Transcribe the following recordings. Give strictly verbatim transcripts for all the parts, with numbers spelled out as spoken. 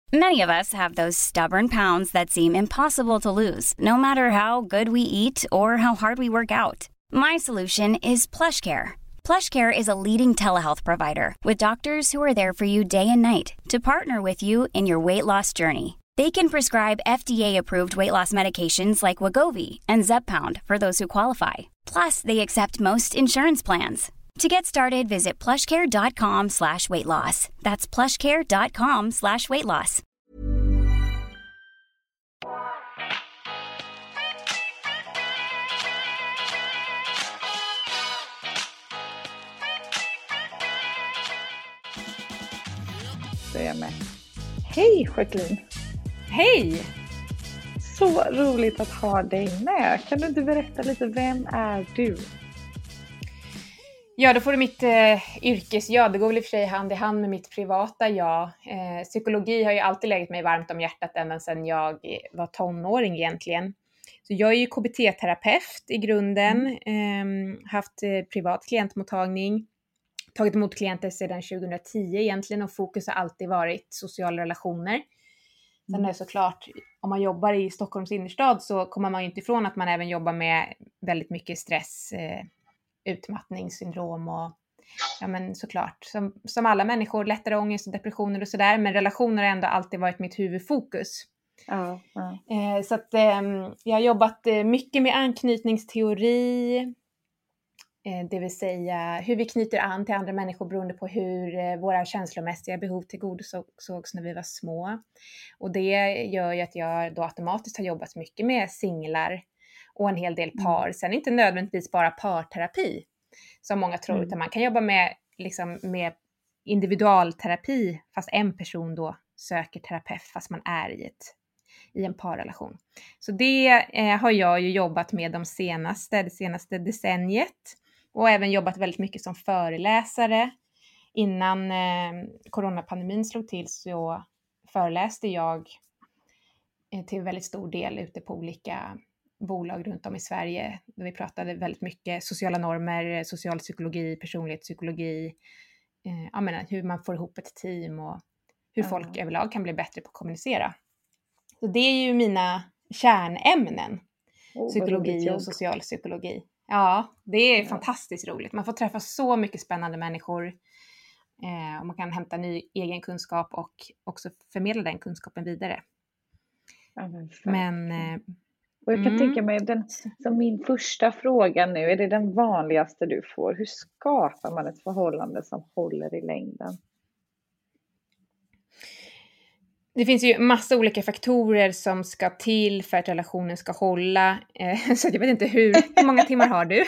Many of us have those stubborn pounds that seem impossible to lose, no matter how good we eat or how hard we work out. My solution is PlushCare. PlushCare is a leading telehealth provider with doctors who are there for you day and night to partner with you in your weight loss journey. They can prescribe F D A-approved weight loss medications like Wegovy and Zepbound for those who qualify. Plus, they accept most insurance plans. To get started, visit plushcare.com slash weight loss. That's plushcare.com slash weight loss. Det är jag med. Hej Jacqueline! Hej! Så roligt att ha dig med. Kan du inte berätta lite, vem är du? Ja, då får du mitt eh, yrkesjag. Det går väl i och för sig hand i hand med mitt privata jag. Eh, psykologi har ju alltid legat mig varmt om hjärtat ända sedan jag var tonåring egentligen. Så jag är ju K B T-terapeut i grunden. Mm. Eh, haft eh, privat klientmottagning. Tagit emot klienter sedan tjugohundratio egentligen, och fokus har alltid varit sociala relationer. Sen är det såklart, om man jobbar i Stockholms innerstad så kommer man ju inte ifrån att man även jobbar med väldigt mycket stress, eh, utmattningssyndrom och ja men såklart, som, som alla människor, lättare ångest och depressioner och sådär. Men relationer har ändå alltid varit mitt huvudfokus. Ja, ja. Eh, så att eh, jag har jobbat mycket med anknytningsteori. Det vill säga hur vi knyter an till andra människor beroende på hur våra känslomässiga behov tillgodosågs när vi var små. Och det gör ju att jag då automatiskt har jobbat mycket med singlar och en hel del par. Mm. Sen inte nödvändigtvis bara parterapi som många tror, mm. utan man kan jobba med, liksom, med individualterapi fast en person då söker terapeut fast man är i, ett, i en parrelation. Så det eh, har jag ju jobbat med de senaste, det senaste decenniet. Och även jobbat väldigt mycket som föreläsare. Innan eh, coronapandemin slog till så föreläste jag eh, till väldigt stor del ute på olika bolag runt om i Sverige. Där vi pratade väldigt mycket sociala normer, social psykologi, personlighetspsykologi. Eh, jag menar, hur man får ihop ett team och hur mm. folk överlag kan bli bättre på att kommunicera. Så det är ju mina kärnämnen. Oh, psykologi och social psykologi. Ja, det är ja. fantastiskt roligt. Man får träffa så mycket spännande människor. Eh, och man kan hämta ny egen kunskap och också förmedla den kunskapen vidare. Ja, men men eh, och jag kan mm. tänka mig, den, som min första fråga nu, är det den vanligaste du får? Hur skapar man ett förhållande som håller i längden? Det finns ju massa olika faktorer som ska till för att relationen ska hålla. Så jag vet inte hur, hur många timmar har du?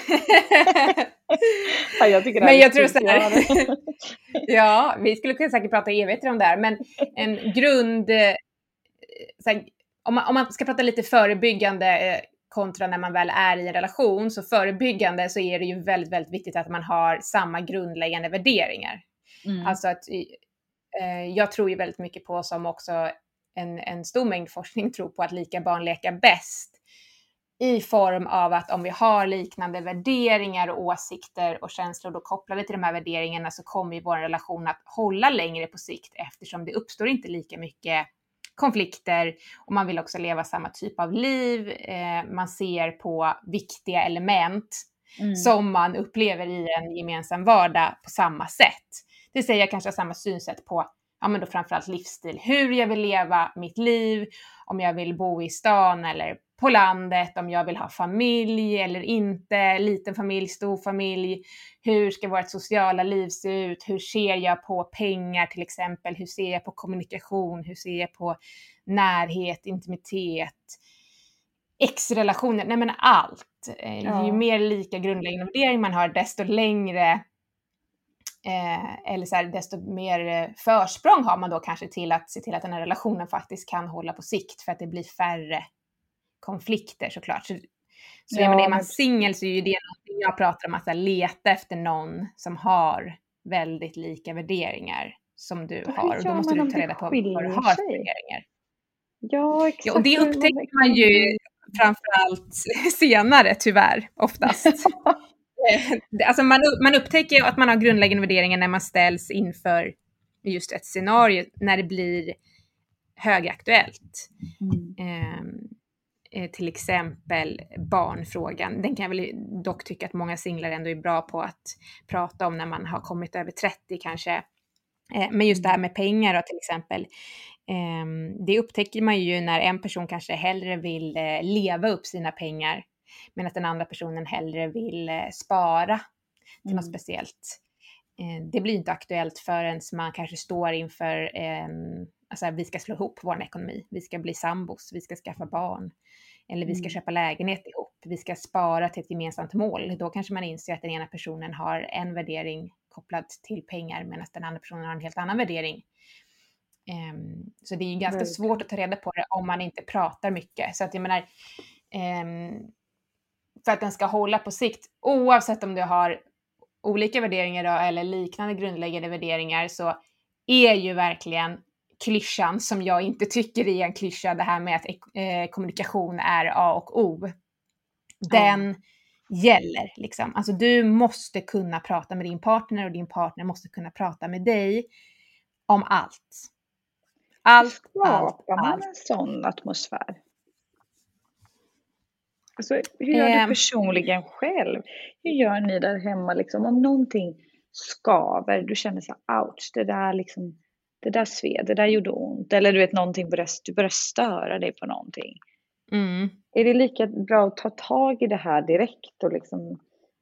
Ja, jag tycker det men jag tror så här, ja, vi skulle kunna säkert prata evigheter om det här. Men en grund, så här, om, man, om man ska prata lite förebyggande kontra när man väl är i en relation. Så förebyggande så är det ju väldigt, väldigt viktigt att man har samma grundläggande värderingar. Mm. Alltså att... Jag tror ju väldigt mycket på, som också en, en stor mängd forskning tror på, att lika barn leka bäst. I form av att om vi har liknande värderingar och åsikter och känslor då kopplade till de här värderingarna, så kommer ju vår relation att hålla längre på sikt, eftersom det uppstår inte lika mycket konflikter och man vill också leva samma typ av liv. Eh, man ser på viktiga element mm. som man upplever i en gemensam vardag på samma sätt. Det säger jag kanske har samma synsätt på, ja men då framförallt livsstil. Hur jag vill leva mitt liv, om jag vill bo i stan eller på landet, om jag vill ha familj eller inte, liten familj, stor familj. Hur ska vårt sociala liv se ut? Hur ser jag på pengar till exempel? Hur ser jag på kommunikation? Hur ser jag på närhet, intimitet, ex-relationer? Nej men allt. Ja. Ju mer lika grundläggande värdering man har, desto längre Eh, eller så här, desto mer försprång har man då kanske till att se till att den här relationen faktiskt kan hålla på sikt, för att det blir färre konflikter såklart. Så, så ja, men är man singel så är ju det något jag pratar om, att här, leta efter någon som har väldigt lika värderingar som du har. Och då måste du ta reda på vad du har för värderingar. Ja, exakt. Ja, och det upptäcker man ju framförallt senare tyvärr oftast. Alltså man, man upptäcker att man har grundläggande värderingar när man ställs inför just ett scenario, när det blir högaktuellt. Mm. Eh, till exempel barnfrågan. Den kan jag väl dock tycka att många singlar ändå är bra på att prata om när man har kommit över trettio kanske. Eh, men just det här med pengar då, till exempel. Eh, det upptäcker man ju när en person kanske hellre vill eh, leva upp sina pengar, men att den andra personen hellre vill eh, spara till mm. något speciellt. Eh, det blir inte aktuellt förrän man kanske står inför eh, alltså vi ska slå ihop vår ekonomi, vi ska bli sambos, vi ska skaffa barn, eller vi ska mm. köpa lägenhet ihop, vi ska spara till ett gemensamt mål. Då kanske man inser att den ena personen har en värdering kopplad till pengar, medan den andra personen har en helt annan värdering. Um, så det är ganska right. svårt att ta reda på det om man inte pratar mycket. Så att jag menar, um, för att den ska hålla på sikt, oavsett om du har olika värderingar då, eller liknande grundläggande värderingar, så är ju verkligen klyschan, som jag inte tycker är en klyscha, det här med att eh, kommunikation är A och O. Den mm. gäller liksom. Alltså du måste kunna prata med din partner, och din partner måste kunna prata med dig om allt. Allt, Hur skapar allt, man allt. en sån atmosfär? Alltså, hur gör eh. du personligen själv? Hur gör ni där hemma liksom? Om någonting skaver, du känner så här, ouch, det där liksom, det där sved, det där gjorde ont. Eller du vet, någonting börjar, du börjar störa dig på någonting. Mm. Är det lika bra att ta tag i det här direkt och liksom...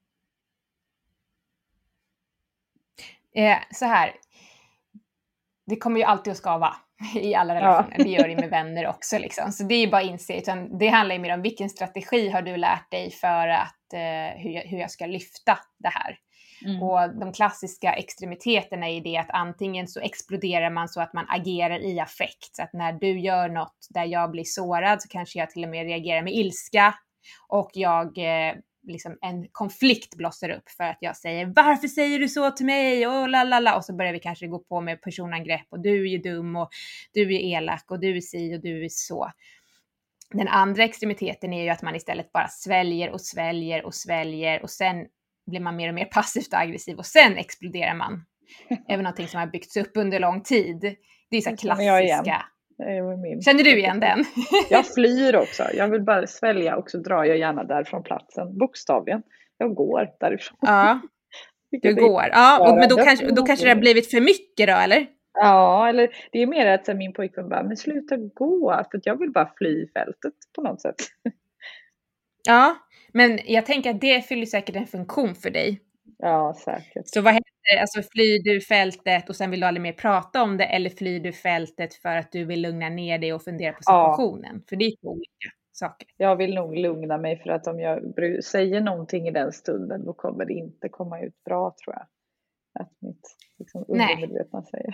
Eh, så här. Det kommer ju alltid att skava i alla relationer. Ja. Det gör det med vänner också. Liksom. Så det är ju bara att inse. Utan det handlar ju mer om vilken strategi har du lärt dig för att, eh, hur, jag, hur jag ska lyfta det här. Mm. Och de klassiska extremiteterna är det att antingen så exploderar man så att man agerar i affekt. Så att när du gör något där jag blir sårad, så kanske jag till och med reagerar med ilska. Och jag... Eh, liksom en konflikt blossar upp för att jag säger, varför säger du så till mig? Och, lalala. Och så börjar vi kanske gå på med personangrepp, och du är ju dum, och du är elak, och du är si, och du är så. Den andra extremiteten är ju att man istället bara sväljer och sväljer och sväljer, och sen blir man mer och mer passivt och aggressiv, och sen exploderar man över någonting som har byggts upp under lång tid. Det är så klassiska. Min. Känner du igen den? Jag flyr också. Jag vill bara svälja, och så drar jag gärna där från platsen. Bokstavligen. Jag går därifrån. Ja, du går. Ja, och, men då kanske, då kanske det har blivit för mycket då, eller? Ja, eller det är mer att min pojkvän bara, men sluta gå. För att jag vill bara fly fältet på något sätt. Ja, men jag tänker att det fyller säkert en funktion för dig. Ja, säkert. Så vad händer? Alltså flyr du fältet och sen vill du aldrig mer prata om det, eller flyr du fältet för att du vill lugna ner dig och fundera på situationen? Ja. För det är två olika saker. Jag vill nog lugna mig, för att om jag säger någonting i den stunden, då kommer det inte komma ut bra, tror jag. Att mitt liksom, undermedvetna säger.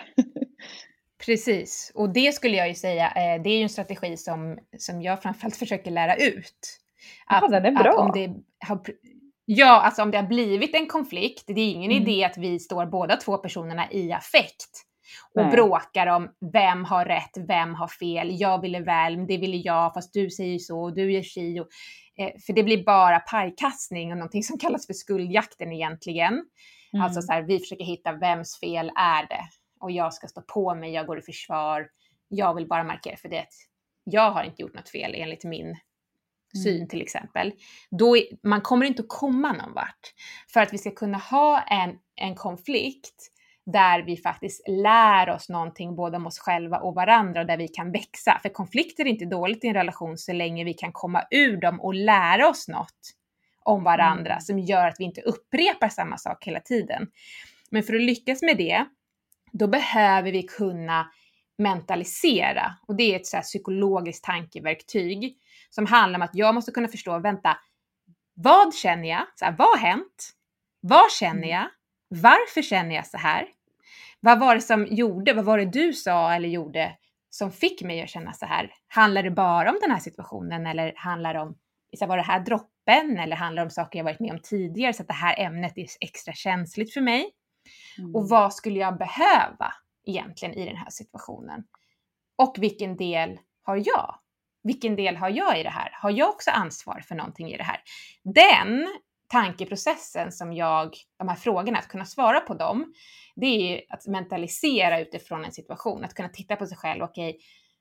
Precis, och det skulle jag ju säga, det är ju en strategi som, som jag framförallt försöker lära ut. Att, ja, den är bra. Att om det har... Ja, alltså om det har blivit en konflikt, det är ingen mm. idé att vi står båda två personerna i affekt och Nej. bråkar om vem har rätt, vem har fel. Jag ville väl, det ville jag, fast du säger så och du gör si. Och, eh, för det blir bara pajkastning och någonting som kallas för skuldjakten egentligen. Mm. Alltså så här, vi försöker hitta vems fel är det. Och jag ska stå på mig, jag går i försvar. Jag vill bara markera för det. Jag har inte gjort något fel enligt min syn till exempel. Då är, man kommer inte att komma någon vart. För att vi ska kunna ha en, en konflikt där vi faktiskt lär oss någonting både om oss själva och varandra, och där vi kan växa. För konflikter är inte dåligt i en relation så länge vi kan komma ur dem och lära oss något om varandra mm. som gör att vi inte upprepar samma sak hela tiden. Men för att lyckas med det, då behöver vi kunna mentalisera. Och det är ett så här psykologiskt tankeverktyg som handlar om att jag måste kunna förstå, vänta, vad känner jag? Så här, vad har hänt? Vad känner jag? Varför känner jag så här? Vad var det som gjorde, vad var det du sa eller gjorde som fick mig att känna så här? Handlar det bara om den här situationen, eller handlar det om, så här, var det här droppen, eller handlar det om saker jag varit med om tidigare, så att det här ämnet är extra känsligt för mig? Mm. Och vad skulle jag behöva egentligen i den här situationen? Och vilken del har jag? Vilken del har jag i det här? Har jag också ansvar för någonting i det här? Den tankeprocessen som jag, de här frågorna, att kunna svara på dem, det är att mentalisera utifrån en situation. Att kunna titta på sig själv, okej,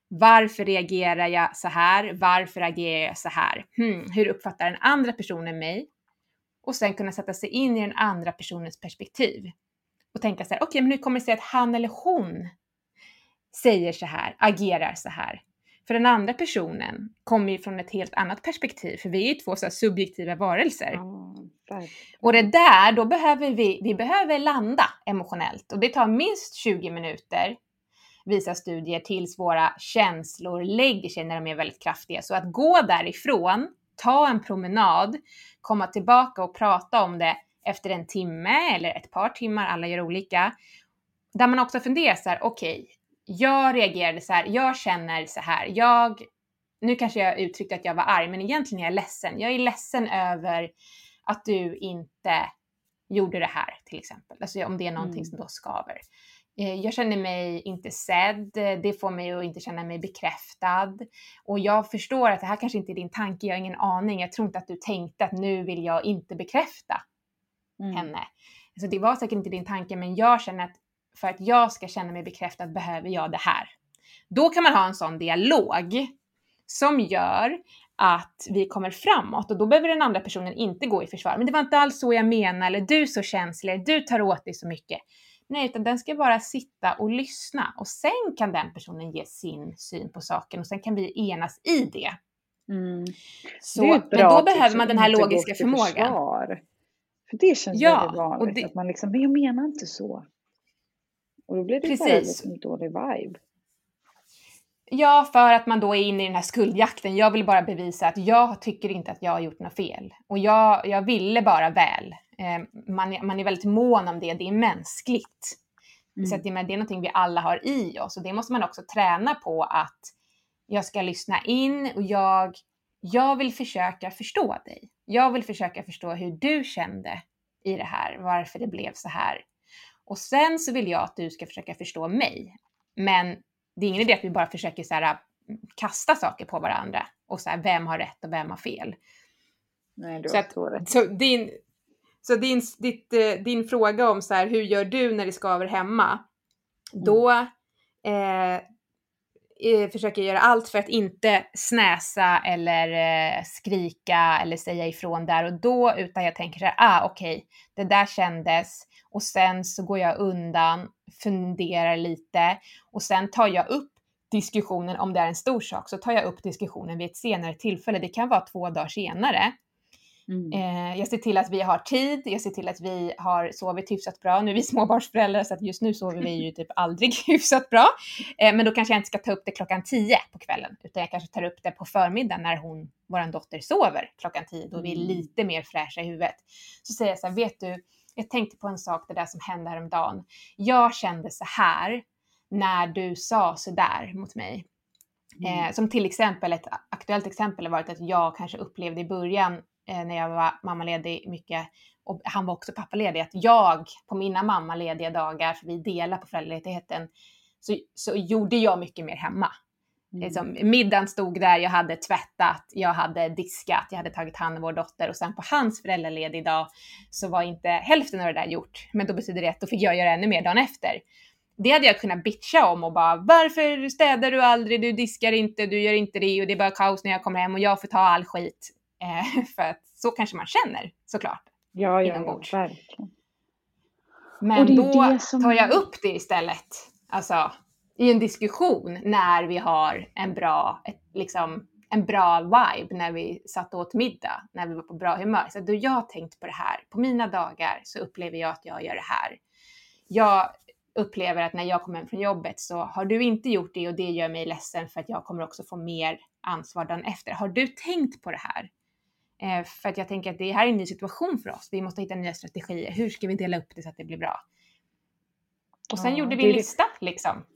Varför reagerar jag så här? Varför agerar jag så här? Hmm, hur uppfattar den andra personen mig? Och sen kunna sätta sig in i den andra personens perspektiv. Och tänka så här, okej, okay, men hur kommer det sig att han eller hon säger så här, agerar så här? För den andra personen kommer ju från ett helt annat perspektiv. För vi är ju två så här subjektiva varelser. Mm, och det där, då behöver vi, vi behöver landa emotionellt. Och det tar minst tjugo minuter, visar studier, tills våra känslor lägger sig när de är väldigt kraftiga. Så att gå därifrån, ta en promenad, komma tillbaka och prata om det efter en timme eller ett par timmar, alla gör olika. Där man också funderar så här, okej, okay, jag reagerade så här, jag känner så här, jag, nu kanske jag uttryckte att jag var arg, men egentligen är jag ledsen. Jag är ledsen över att du inte gjorde det här till exempel. Alltså om det är någonting mm. som då skaver. Jag känner mig inte sedd, det får mig att inte känna mig bekräftad. Och jag förstår att det här kanske inte är din tanke, jag har ingen aning. Jag tror inte att du tänkte att nu vill jag inte bekräfta mm. henne. Så det var säkert inte din tanke, men jag känner att för att jag ska känna mig bekräftad behöver jag det här. Då kan man ha en sån dialog som gör att vi kommer framåt. Och då behöver den andra personen inte gå i försvar. Men det var inte alls så jag menar, eller du är så känslig, du tar åt dig så mycket. Nej, utan den ska bara sitta och lyssna. Och sen kan den personen ge sin syn på saken. Och sen kan vi enas i det. Mm. Så, det är bra, men då behöver man den här logiska förmågan. Försvar. För det känns ja, väldigt vanligt. Det, att man liksom, men jag menar inte så. Och då blir det precis. Bara liksom en dålig vibe. Ja, för att man då är inne i den här skuldjakten. Jag vill bara bevisa att jag tycker inte att jag har gjort något fel. Och jag, jag ville bara väl. Man, man är väldigt mån om det, det är mänskligt. Mm. Så att det, det är någonting vi alla har i oss. Och det måste man också träna på, att jag ska lyssna in och jag, jag vill försöka förstå dig. Jag vill försöka förstå hur du kände i det här, varför det blev så här. Och sen så vill jag att du ska försöka förstå mig. Men det är ingen idé att vi bara försöker så här, kasta saker på varandra. Och så här, vem har rätt och vem har fel. Nej, du så, att, rätt. så din... Så din, ditt, din fråga om så här, hur gör du när det skaver hemma? Mm. Då eh, försöker jag göra allt för att inte snäsa eller eh, skrika eller säga ifrån där och då. Utan jag tänker så här, ah okej, okay, det där kändes. Och sen så går jag undan, funderar lite. Och sen tar jag upp diskussionen, om det är en stor sak, så tar jag upp diskussionen vid ett senare tillfälle. Det kan vara två dagar senare. Mm. Eh, jag ser till att vi har tid, jag ser till att vi har sovit hyfsat bra. Nu är vi småbarnsföräldrar så att just nu sover vi ju typ aldrig hyfsat bra. Eh, men då kanske jag inte ska ta upp det klockan tio på kvällen, utan jag kanske tar upp det på förmiddagen när hon, våran dotter sover klockan tio. Då är vi lite mer fräscha i huvudet. Så säger jag så här, vet du, jag tänkte på en sak, det där som hände häromdagen. Jag kände så här när du sa så där mot mig. Mm. Eh, som till exempel, ett aktuellt exempel har varit att jag kanske upplevde i början när jag var mammaledig mycket, och han var också pappaledig, att jag på mina mammalediga dagar, för vi delar på föräldraledigheten, så, så gjorde jag mycket mer hemma. Mm. Liksom, middagen stod där, jag hade tvättat, jag hade diskat, jag hade tagit hand om vår dotter, och sen på hans föräldraledig dag så var inte hälften av det där gjort. Men då betyder det att då fick jag göra ännu mer dagen efter. Det hade jag kunnat bitcha om och bara, varför städar du aldrig, du diskar inte, du gör inte det, och det är bara kaos när jag kommer hem och jag får ta all skit. Eh, för att så kanske man känner, såklart. Ja, ja, ja, verkligen. Men då som... tar jag upp det istället. Alltså, i en diskussion när vi har en bra, ett, liksom, en bra vibe, när vi satt åt middag, när vi var på bra humör. Så då jag har tänkt på det här. På mina dagar så upplever jag att jag gör det här. Jag upplever att när jag kommer hem från jobbet så har du inte gjort det, och det gör mig ledsen för att jag kommer också få mer ansvar dagen efter. Har du tänkt på det här? Eh, för att jag tänker att det här är en ny situation för oss. Vi måste hitta nya strategier. Hur ska vi dela upp det så att det blir bra? Och sen ja, gjorde vi en lista liksom.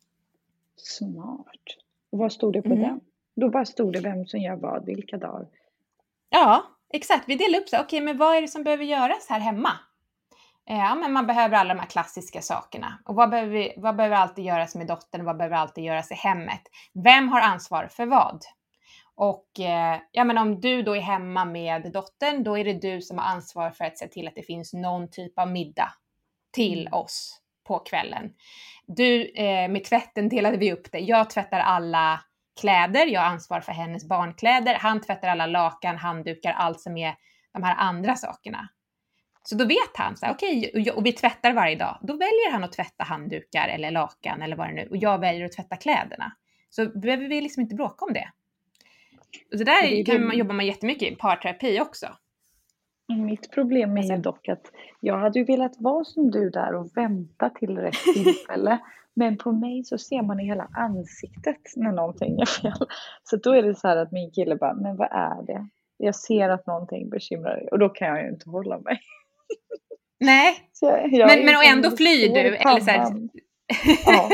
Smart. Och vad stod det på mm. den? Då bara stod det vem som gör vad, vilka dagar. Ja, exakt. Vi delar upp så. Okej, okay, men vad är det som behöver göras här hemma? Eh, ja, men man behöver alla de här klassiska sakerna. Och vad behöver, vi, vad behöver alltid göras med dottern? Vad behöver alltid göras i hemmet? Vem har ansvar för vad? Och eh, ja, men om du då är hemma med dottern, då är det du som har ansvar för att se till att det finns någon typ av middag till oss på kvällen. Du, eh, med tvätten delade vi upp det. Jag tvättar alla kläder, jag har ansvar för hennes barnkläder. Han tvättar alla lakan, handdukar, allt som är de här andra sakerna. Så då vet han, så här, okej, okay, och vi tvättar varje dag. Då väljer han att tvätta handdukar eller lakan eller vad det nu. Och jag väljer att tvätta kläderna. Så behöver vi liksom inte bråka om det. Och det där det kan man, jobbar man jättemycket i parterapi också. Mitt problem är ju dock att jag hade ju velat vara som du där och vänta till rätt tillfälle. Men på mig så ser man i hela ansiktet när någonting är fel. Så då är det så här att min kille bara, men vad är det? Jag ser att någonting bekymrar dig. Och då kan jag ju inte hålla mig. Nej, jag, jag men, men och ändå flyr du. Eller så, här... ja.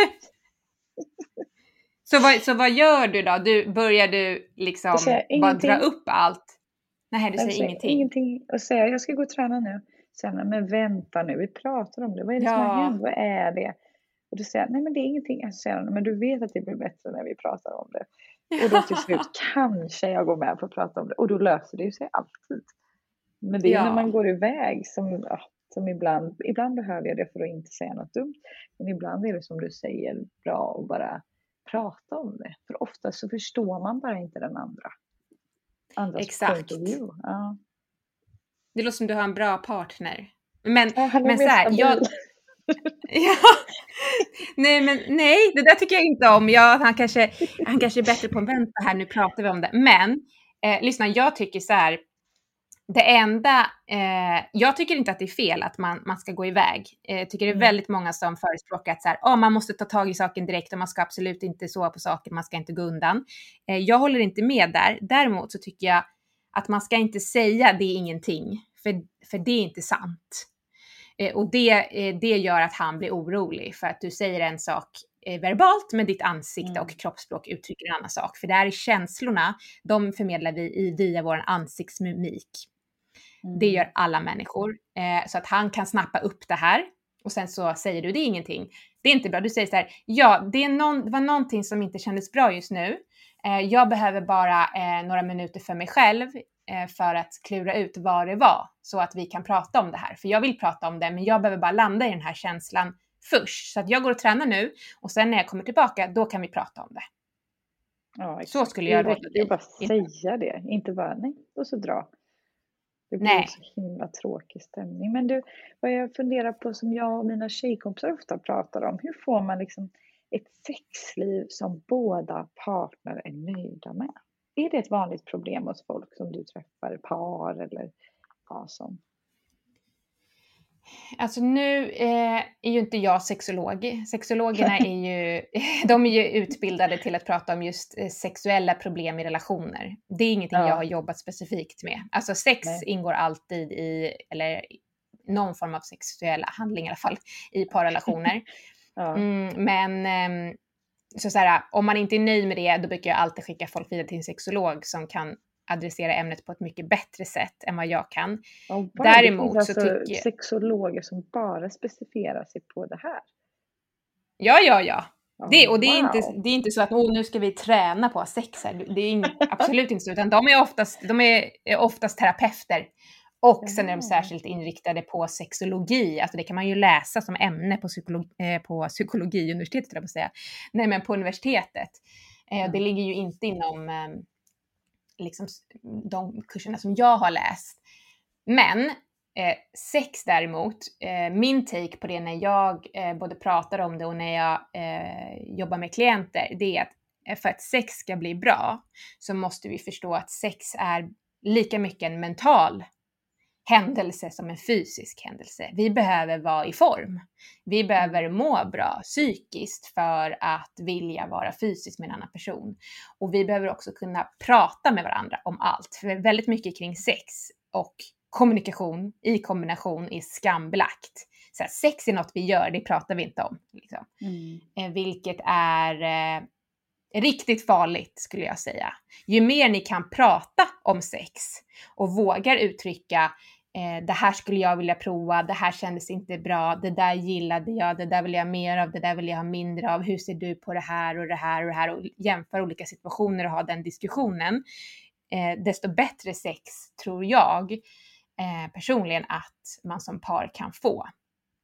så, vad, så vad gör du då? Du, börjar du liksom bara dra upp allt? Nej, du säger, säger ingenting. Ingenting. Och säger, jag ska gå och träna nu. Sen, men vänta nu, vi pratar om det. Vad är det ja. som har hänt? Vad är det? Och då säger jag, nej men det är ingenting. Jag säger, men du vet att det blir bättre när vi pratar om det. Och då till slut kanske jag går med på att prata om det. Och då löser det sig alltid. Men det är ja. när man går iväg som, ja, som ibland, ibland behöver jag det för att inte säga något dumt. Men ibland är det som du säger bra att bara prata om det. För ofta så förstår man bara inte den andra. Andras Exakt. Ja. Det låter som du har en bra partner. Men, ja, men så här, jag... ja. Nej, men nej, det där tycker jag inte om. Ja, han kanske, han kanske är bättre på att vänta här, nu pratar vi om det. Men, eh, lyssna, jag tycker så här, det enda, eh, jag tycker inte att det är fel att man, man ska gå iväg. Jag eh, tycker det är väldigt många som förespråkar att så här, oh, man måste ta tag i saken direkt och man ska absolut inte sova på saken, man ska inte gå undan. Eh, jag håller inte med där. Däremot så tycker jag att man ska inte säga det är ingenting, för, för det är inte sant. Eh, och det, eh, det gör att han blir orolig för att du säger en sak eh, verbalt, men ditt ansikte mm. och kroppsspråk uttrycker en annan sak. För det här är känslorna, de förmedlar vi i, via vår ansiktsmimik. Mm. Det gör alla människor. Eh, så att han kan snappa upp det här. Och sen så säger du, det är ingenting. Det är inte bra. Du säger så här, ja, det, är någon, det var någonting som inte kändes bra just nu. Eh, jag behöver bara eh, några minuter för mig själv. Eh, för att klura ut vad det var. Så att vi kan prata om det här. För jag vill prata om det, men jag behöver bara landa i den här känslan först. Så att jag går och tränar nu. Och sen när jag kommer tillbaka, då kan vi prata om det. Ja, så skulle jag råda dig. Jag bara säga det. Inte bara, nej, och så dra. Det blir Nej. så himla tråkig stämning. Men du, vad jag funderar på som jag och mina tjejkompisar ofta pratar om. Hur får man liksom ett sexliv som båda partner är nöjda med? Är det ett vanligt problem hos folk som du träffar, par eller vad som? Alltså nu eh, är ju inte jag sexolog. Sexologerna är ju, de är ju utbildade till att prata om just eh, sexuella problem i relationer. Det är ingenting ja. jag har jobbat specifikt med. Alltså sex Nej. ingår alltid i, eller någon form av sexuella handling i alla fall, i parrelationer. ja. mm, men eh, så, så här, om man inte är nöjd med det, då brukar jag alltid skicka folk vidare till en sexolog som kan adressera ämnet på ett mycket bättre sätt än vad jag kan. Oh, Däremot alltså så tycker jag... sexologer som bara specificerar sig på det här. Ja, ja, ja. Oh, det, och det är, wow. inte, det är inte så att oh, nu ska vi träna på sex här. Det är in, absolut inte så, utan de är oftast, de är oftast terapeuter. Och mm. sen är de särskilt inriktade på sexologi. Alltså det kan man ju läsa som ämne på, psykologi, eh, på psykologiuniversitetet, jag på säga. Nej, men på universitetet. Eh, mm. Det ligger ju inte inom... Eh, liksom de kurserna som jag har läst. Men eh, sex däremot, eh, min take på det när jag eh, både pratar om det och när jag eh, jobbar med klienter, det är att eh, för att sex ska bli bra så måste vi förstå att sex är lika mycket en mental händelse som en fysisk händelse. Vi behöver vara i form. Vi behöver må bra psykiskt för att vilja vara fysiskt med en annan person. Och vi behöver också kunna prata med varandra om allt. För väldigt mycket kring sex och kommunikation i kombination är skambelagt. Så här, sex är något vi gör, det pratar vi inte om. Liksom. Mm. Vilket är eh, riktigt farligt skulle jag säga. Ju mer ni kan prata om sex och vågar uttrycka eh, det här skulle jag vilja prova, det här kändes inte bra, det där gillade jag, det där vill jag ha mer av, det där vill jag ha mindre av, hur ser du på det här och det här och det här, och jämföra olika situationer och ha den diskussionen, eh, desto bättre sex tror jag eh, personligen att man som par kan få.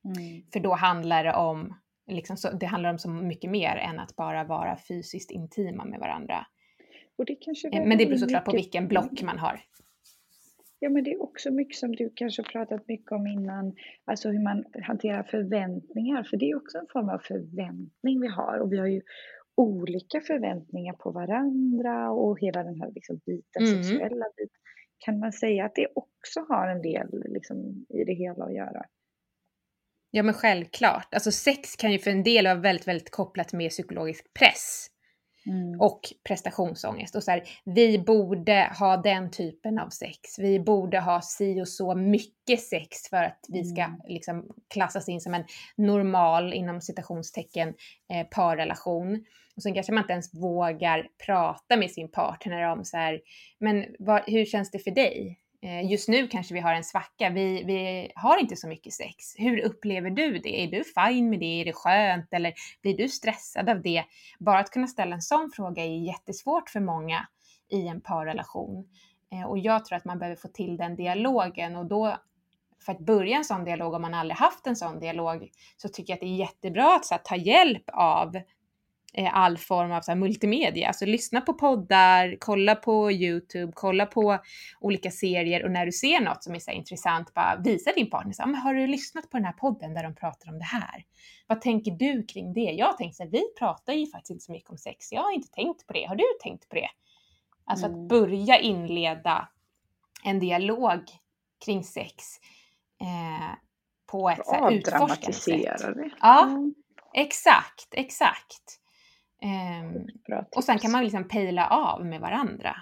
Mm. För då handlar det om, liksom, så, det handlar om så mycket mer än att bara vara fysiskt intima med varandra. Och det kanske men det beror såklart på vilken block man har. Ja, men det är också mycket som du kanske pratat mycket om innan, alltså hur man hanterar förväntningar, för det är också en form av förväntning vi har, och vi har ju olika förväntningar på varandra och hela den här liksom biten, mm. sexuella biten. Kan man säga att det också har en del liksom i det hela att göra? Ja, men självklart. Alltså sex kan ju för en del vara väldigt, väldigt kopplat med psykologisk press. Mm. Och prestationsångest. Och så här, vi borde ha den typen av sex. Vi borde ha si och så mycket sex för att vi ska mm. liksom klassas in som en normal, inom citationstecken, eh, parrelation. Och sen kanske man inte ens vågar prata med sin partner om så här, men vad, hur känns det för dig? Eh, just nu kanske vi har en svacka. Vi, vi har inte så mycket sex. Hur upplever du det? Är du fine med det? Är det skönt? Eller blir du stressad av det? Bara att kunna ställa en sån fråga är jättesvårt för många i en parrelation. Eh, och jag tror att man behöver få till den dialogen. Och då, för att börja en sån dialog, om man aldrig haft en sån dialog, så tycker jag att det är jättebra att så här, ta hjälp av all form av så här multimedia. Alltså lyssna på poddar, kolla på YouTube, kolla på olika serier, och när du ser något som är så här intressant, bara visa din partner så här, men har du lyssnat på den här podden där de pratar om det här? Vad tänker du kring det? Jag tänker så här, vi pratar ju faktiskt inte så mycket om sex. Jag har inte tänkt på det. Har du tänkt på det? Alltså mm. att börja inleda en dialog kring sex eh, på ett så här utforskande sätt. Det. Ja, mm. exakt, exakt. Um, och sen kan man liksom pejla av med varandra.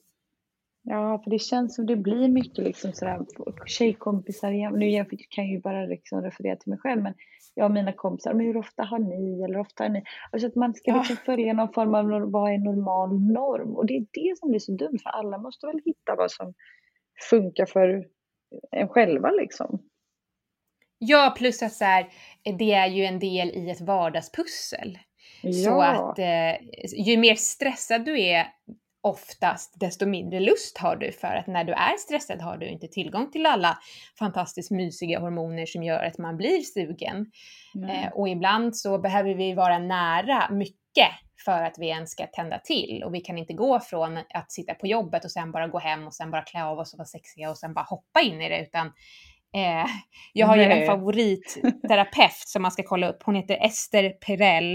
Ja, för det känns som det blir mycket liksom sådär tjejkompisar igen. Nu jag kan jag ju bara liksom referera till mig själv, men jag och mina kompisar, men hur ofta har ni eller ofta har ni? Alltså att man ska liksom ja. följa någon form av vad är normal norm, och det är det som blir så dumt, för alla måste väl hitta vad som funkar för en själva liksom. Ja, plus att så här, det är ju en del i ett vardagspussel. Ja. Så att eh, ju mer stressad du är oftast, desto mindre lust har du, för att när du är stressad har du inte tillgång till alla fantastiskt mysiga hormoner som gör att man blir sugen. Mm. Eh, och ibland så behöver vi vara nära mycket för att vi ens ska tända till, och vi kan inte gå från att sitta på jobbet och sen bara gå hem och sen bara klä av oss och vara sexiga och sen bara hoppa in i det, utan eh, jag har Nej. ju en favoritterapeut som man ska kolla upp. Hon heter Esther Perel.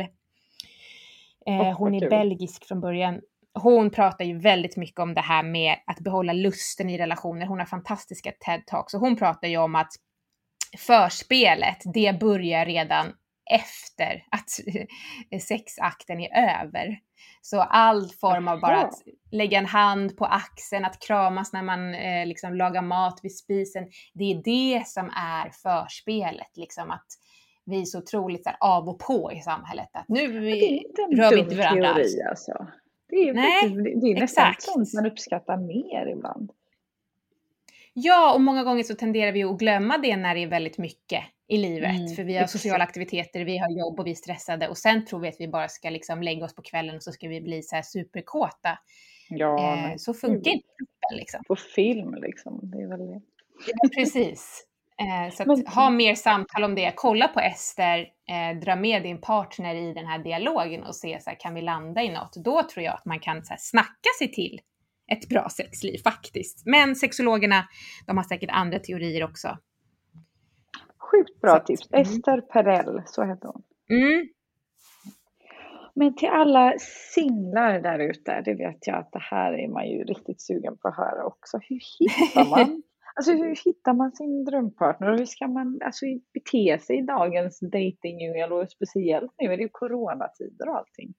Eh, hon är belgisk från början. Hon pratar ju väldigt mycket om det här med att behålla lusten i relationer. Hon har fantastiska TED-talks, och hon pratar ju om att förspelet, det börjar redan efter att sexakten är över. Så all form av bara att lägga en hand på axeln, att kramas när man eh, liksom lagar mat vid spisen, det är det som är förspelet, liksom att vi är så otroligt så här, av och på i samhället. Att nu vi, rör vi inte varandra. Teori, alltså. Det är, Nej, faktiskt, det är nästan exakt. Sånt man uppskattar mer ibland. Ja, och många gånger så tenderar vi att glömma det när det är väldigt mycket i livet. Mm, för vi har exakt. sociala aktiviteter, vi har jobb och vi är stressade. Och sen tror vi att vi bara ska liksom lägga oss på kvällen och så ska vi bli så här superkåta. Ja, eh, så funkar inte det liksom. På film liksom, det är väl det. Ja, precis. Eh, så att Men, ha mer samtal om det. Kolla på Ester, eh, dra med din partner i den här dialogen och se så här, kan vi landa i något? Då tror jag att man kan så här, snacka sig till ett bra sexliv faktiskt. Men sexologerna, de har säkert andra teorier också. Sjukt bra så, tips. Mm. Esther Perel, så heter hon. Mm. Men till alla singlar där ute, det vet jag att det här är man ju riktigt sugen på att höra också. Hur hittar man Alltså hur hittar man sin drömpartner, och hur ska man alltså, bete sig i dagens dating, och speciellt nu är det ju coronatider och allting.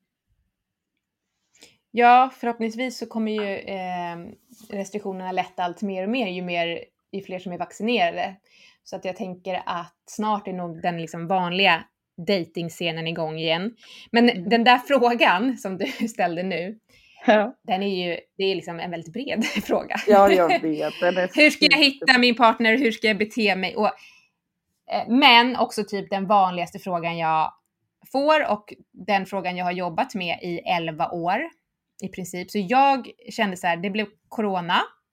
Ja, förhoppningsvis så kommer ju eh, restriktionerna lätta allt mer och mer ju mer ju fler som är vaccinerade. Så att jag tänker att snart är nog den liksom vanliga datingscenen igång igen. Men mm. den där frågan som du ställde nu, ja. Den är ju, det är liksom en väldigt bred fråga. Ja, jag vet. Den är hur ska jag hitta min partner? Hur ska jag bete mig? Och, eh, men också typ den vanligaste frågan jag får, och den frågan jag har jobbat med i elva år i princip. Så jag kände så här, det blev corona.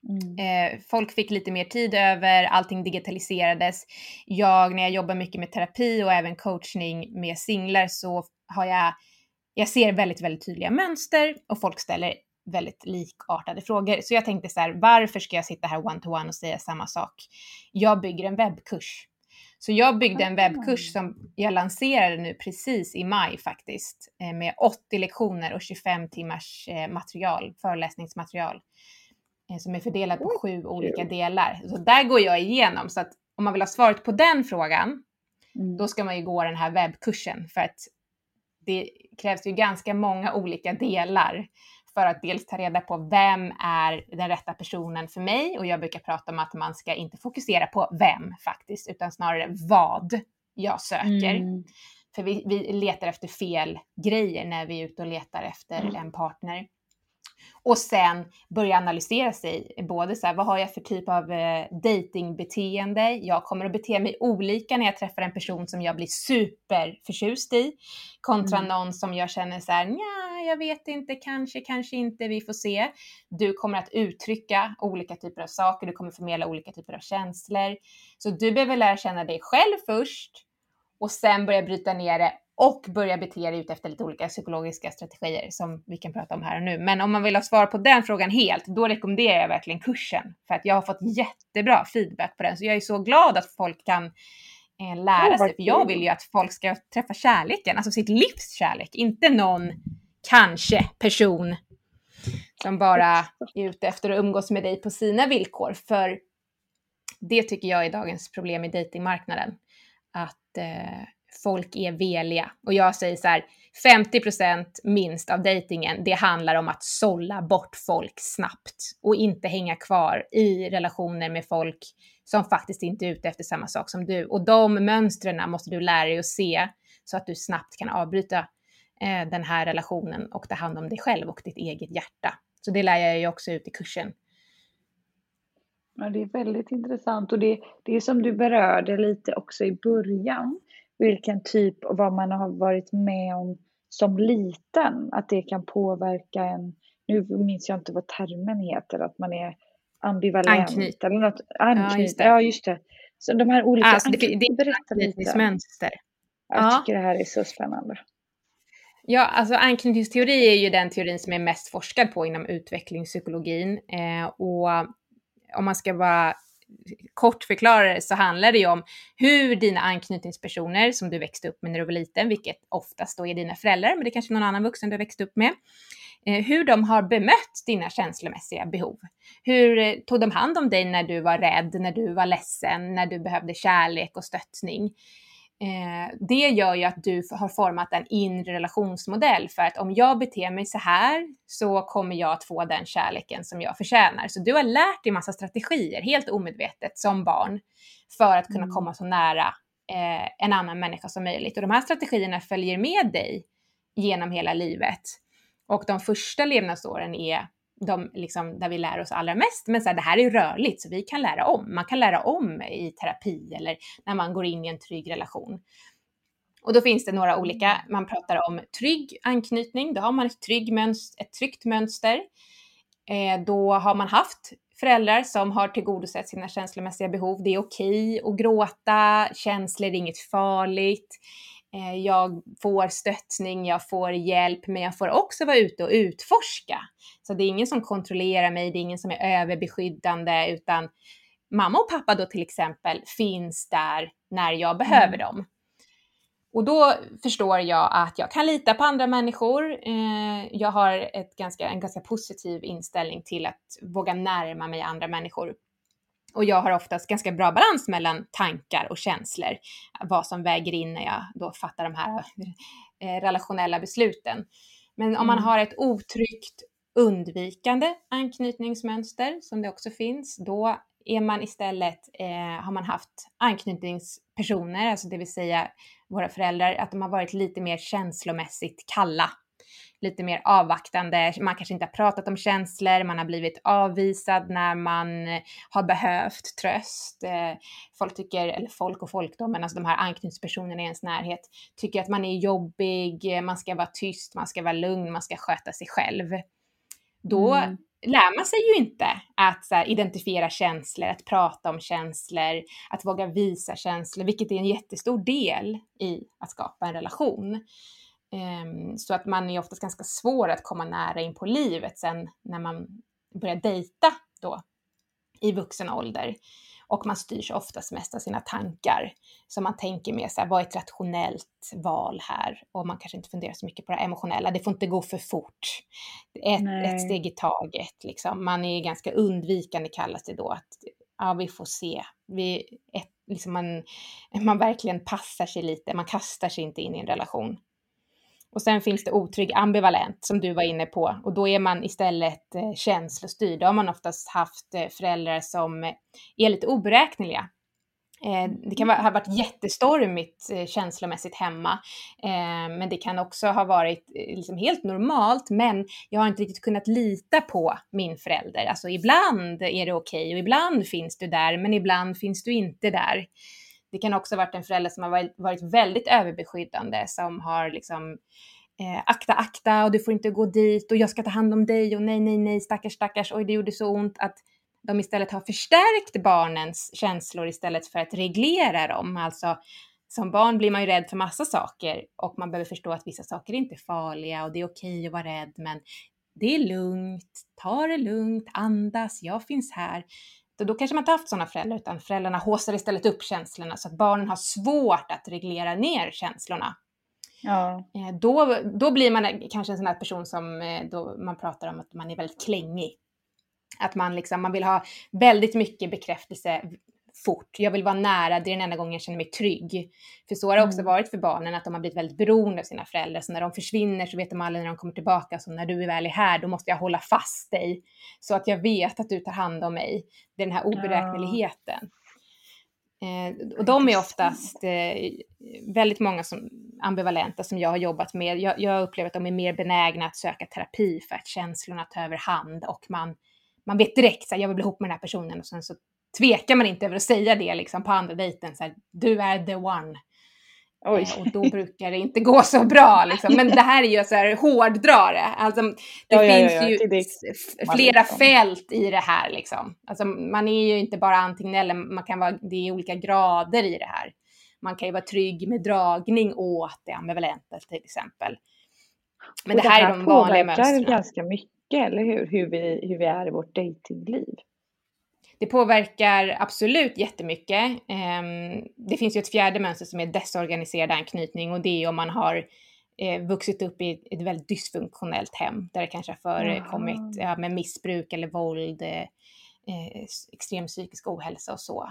Mm. Eh, folk fick lite mer tid över, allting digitaliserades. Jag, när jag jobbar mycket med terapi och även coachning med singlar, så har jag, jag ser väldigt, väldigt tydliga mönster och folk ställer väldigt likartade frågor. Så jag tänkte så här, varför ska jag sitta här one-to-one och säga samma sak? Jag bygger en webbkurs. Så jag byggde en webbkurs som jag lanserade nu precis i maj faktiskt. Med åttio lektioner och tjugofem timmars material, föreläsningsmaterial. Som är fördelad på sju olika delar. Så där går jag igenom. Så att om man vill ha svaret på den frågan, mm. då ska man ju gå den här webbkursen. För att det krävs ju ganska många olika delar för att dels ta reda på vem är den rätta personen för mig. Och jag brukar prata om att man ska inte fokusera på vem faktiskt, utan snarare vad jag söker. Mm. För vi, vi letar efter fel grejer när vi är ute och letar efter mm. en partner. Och sen börja analysera sig, både så här, vad har jag för typ av eh, datingbeteende? Jag kommer att bete mig olika när jag träffar en person som jag blir superförtjust i, kontra mm. någon som jag känner så här, nja, jag vet inte, kanske, kanske inte, vi får se. Du kommer att uttrycka olika typer av saker, du kommer förmedla olika typer av känslor. Så du behöver lära känna dig själv först och sen börja bryta ner det. Och börja bete dig ut efter lite olika psykologiska strategier som vi kan prata om här och nu. Men om man vill ha svar på den frågan helt, då rekommenderar jag verkligen kursen. För att jag har fått jättebra feedback på den. Så jag är så glad att folk kan eh, lära sig. För jag vill ju att folk ska träffa kärleken, alltså sitt livs kärlek. Inte någon kanske person som bara är ute efter att umgås med dig på sina villkor. För det tycker jag är dagens problem i datingmarknaden. Att... Eh, folk är veliga. Och jag säger så här, femtio procent minst av dejtingen, det handlar om att sålla bort folk snabbt. Och inte hänga kvar i relationer med folk som faktiskt inte är ute efter samma sak som du. Och de mönstren måste du lära dig att se så att du snabbt kan avbryta eh, den här relationen och ta hand om dig själv och ditt eget hjärta. Så det lär jag ju också ut i kursen. Ja, det är väldigt intressant. Och det, det är som du berörde lite också i början. Vilken typ och vad man har varit med om som liten. Att det kan påverka en, nu minns jag inte vad termen heter, att man är ambivalent. Anknyt. Eller något. Anknyt. Ja, just det. Ja, just det. Så de här olika alltså, det, det är anknytningsmönster. Jag ja. tycker det här är så spännande. Ja, alltså anknytningsteori är ju den teorin som är mest forskad på inom utvecklingspsykologin. Eh, och om man ska bara kort förklara det, så handlar det ju om hur dina anknytningspersoner som du växte upp med när du var liten, vilket oftast då är dina föräldrar, men det är kanske någon annan vuxen du har växt upp med, eh, hur de har bemött dina känslomässiga behov. Hur eh, tog de hand om dig när du var rädd, när du var ledsen, när du behövde kärlek och stöttning. Eh, det gör ju att du har format en inre relationsmodell, för att om jag beter mig så här så kommer jag att få den kärleken som jag förtjänar. Så du har lärt dig massa strategier helt omedvetet som barn för att kunna komma så nära eh, en annan människa som möjligt. Och de här strategierna följer med dig genom hela livet. Och de första levnadsåren är de liksom där vi lär oss allra mest. Men så här, det här är ju rörligt, så vi kan lära om. Man kan lära om i terapi eller när man går in i en trygg relation. Och då finns det några olika, man pratar om trygg anknytning. Då har man ett, trygg mönster, ett tryggt mönster. Eh, då har man haft föräldrar som har tillgodosett sina känslomässiga behov. Det är okej att gråta, känslor är inget farligt. Jag får stöttning, jag får hjälp, men jag får också vara ute och utforska. Så det är ingen som kontrollerar mig, det är ingen som är överbeskyddande, utan mamma och pappa då till exempel finns där när jag behöver mm. dem. Och då förstår jag att jag kan lita på andra människor. Jag har ett ganska, en ganska positiv inställning till att våga närma mig andra människor. Och jag har oftast ganska bra balans mellan tankar och känslor. Vad som väger in när jag då fattar de här relationella besluten. Men om man har ett otryggt undvikande anknytningsmönster, som det också finns, då är man istället, eh, har man haft anknytningspersoner, alltså det vill säga våra föräldrar, att de har varit lite mer känslomässigt kalla. Lite mer avvaktande, man kanske inte har pratat om känslor, man har blivit avvisad när man har behövt tröst. Folk tycker, eller folk och folk då, men alltså de här anknytningspersonerna i ens närhet tycker att man är jobbig, man ska vara tyst, man ska vara lugn, man ska sköta sig själv. Då mm. lär man sig ju inte att så här, identifiera känslor, att prata om känslor, att våga visa känslor, vilket är en jättestor del i att skapa en relation. Um, så att man är oftast ganska svår att komma nära in på livet sen när man börjar dejta då i vuxen ålder. Och man styrs oftast mest av sina tankar. Så man tänker med så här, vad är ett rationellt val här? Och man kanske inte funderar så mycket på det emotionella. Det får inte gå för fort. Ett, ett steg i taget. Liksom. Man är ganska undvikande, kallas det då. Att ja, vi får se. Vi, ett, liksom man, man verkligen passar sig lite. Man kastar sig inte in i en relation. Och sen finns det otrygg ambivalent som du var inne på. Och då är man istället eh, känslostyrd. Då har man oftast haft eh, föräldrar som eh, är lite oberäkneliga. Eh, det kan va- ha varit jättestormigt eh, känslomässigt hemma. Eh, men det kan också ha varit eh, liksom helt normalt. Men jag har inte riktigt kunnat lita på min förälder. Alltså ibland är det okej och ibland finns du där. Men ibland finns du inte där. Det kan också ha varit en förälder som har varit väldigt överbeskyddande. Som har liksom eh, akta, akta och du får inte gå dit. Och jag ska ta hand om dig och nej, nej, nej, stackars, stackars. Oj, det gjorde så ont. Att de istället har förstärkt barnens känslor istället för att reglera dem. Alltså som barn blir man ju rädd för massa saker. Och man behöver förstå att vissa saker är inte farliga. Och det är okej att vara rädd. Men det är lugnt. Ta det lugnt. Andas. Jag finns här. Så då kanske man inte haft sådana föräldrar, utan föräldrarna håsar istället upp känslorna så att barnen har svårt att reglera ner känslorna. Ja. Då, då blir man kanske en sån här person som då man pratar om att man är väldigt klängig. Att man, liksom, man vill ha väldigt mycket bekräftelse fort. Jag vill vara nära, det är den enda gången jag känner mig trygg. För så har det också mm. varit för barnen, att de har blivit väldigt beroende av sina föräldrar. Så när de försvinner så vet de aldrig när de kommer tillbaka. Så när du är väl här, då måste jag hålla fast dig. Så att jag vet att du tar hand om mig. Det är den här oberäkneligheten. Ja. Eh, och de är oftast eh, väldigt många som ambivalenta som jag har jobbat med. Jag, jag upplever att de är mer benägna att söka terapi för att känslorna tar över hand. Och man, man vet direkt att jag vill bli ihop med den här personen. Och sen så tvekar man inte över att säga det liksom på andra dejten. Så här, du är the one. Oj. Eh, och då brukar det inte gå så bra. Liksom. Men det här är ju så här hårdrare. Alltså, det ja, finns ja, ja, ja. ju det flera liksom. fält i det här. Liksom. Alltså, man är ju inte bara antingen eller. Man kan vara, det är olika grader i det här. Man kan ju vara trygg med dragning åt det ambivalenta till exempel. Men det, det här, här är de vanliga mönstren. Det påverkar ganska mycket, eller hur? Hur vi, hur vi är i vårt dejtingliv. Det påverkar absolut jättemycket. Det finns ju ett fjärde mönster som är desorganiserad anknytning. Och det är om man har vuxit upp i ett väldigt dysfunktionellt hem. Där det kanske har förekommit ja, med missbruk eller våld, extrem psykisk ohälsa och så.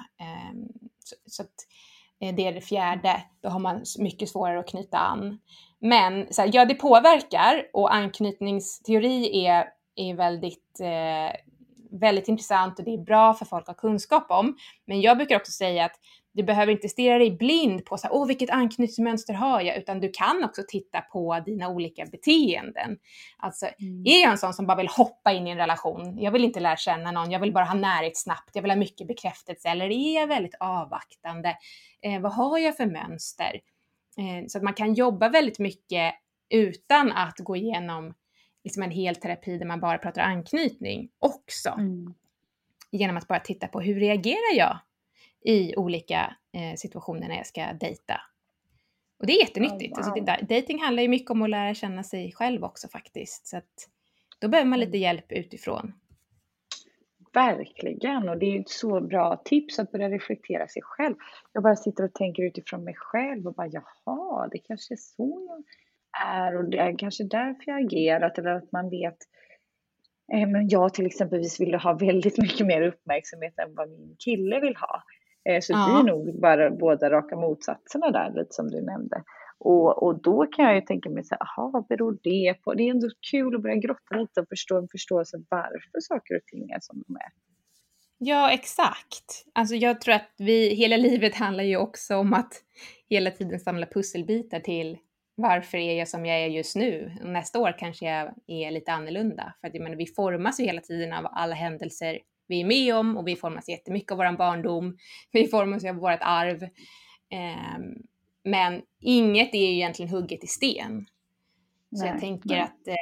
Så att det är det fjärde. Då har man mycket svårare att knyta an. Men så här, ja, det påverkar. Och anknytningsteori är, är väldigt... väldigt intressant och det är bra för folk att ha kunskap om. Men jag brukar också säga att du behöver inte stirra dig blind på så här, åh, vilket anknytningsmönster har jag? Utan du kan också titta på dina olika beteenden. Alltså, mm. är jag en sån som bara vill hoppa in i en relation? Jag vill inte lära känna någon. Jag vill bara ha närhet snabbt. Jag vill ha mycket bekräftelse. Eller är jag väldigt avvaktande? Eh, vad har jag för mönster? Eh, så att man kan jobba väldigt mycket utan att gå igenom liksom en hel terapi där man bara pratar anknytning också. Mm. Genom att bara titta på hur reagerar jag i olika eh, situationer när jag ska dejta. Och det är jättenyttigt. Oh, wow. Alltså, dating handlar ju mycket om att lära känna sig själv också faktiskt. Så att då behöver man lite hjälp utifrån. Verkligen. Och det är ju ett så bra tips att börja reflektera sig själv. Jag bara sitter och tänker utifrån mig själv och bara, jaha, det kanske är så jag är och det är kanske därför jag agerat, eller att man vet eh, men jag till exempel ville ha väldigt mycket mer uppmärksamhet än vad min kille vill ha. Eh, så ja. Vi är nog bara båda raka motsatserna där, lite som du nämnde. Och, och då kan jag ju tänka mig så här, aha, vad beror det på? Det är ändå kul att börja grotta lite och förstå en förståelse varför saker och ting är som de är. Ja, exakt. Alltså jag tror att vi, hela livet handlar ju också om att hela tiden samla pusselbitar till varför är jag som jag är just nu? Och nästa år kanske jag är lite annorlunda. För att jag menar, vi formas ju hela tiden av alla händelser vi är med om. Och vi formas jättemycket av vår barndom. Vi formas ju av vårt arv. Um, men inget är ju egentligen hugget i sten. Så nej, jag tänker nej. att eh,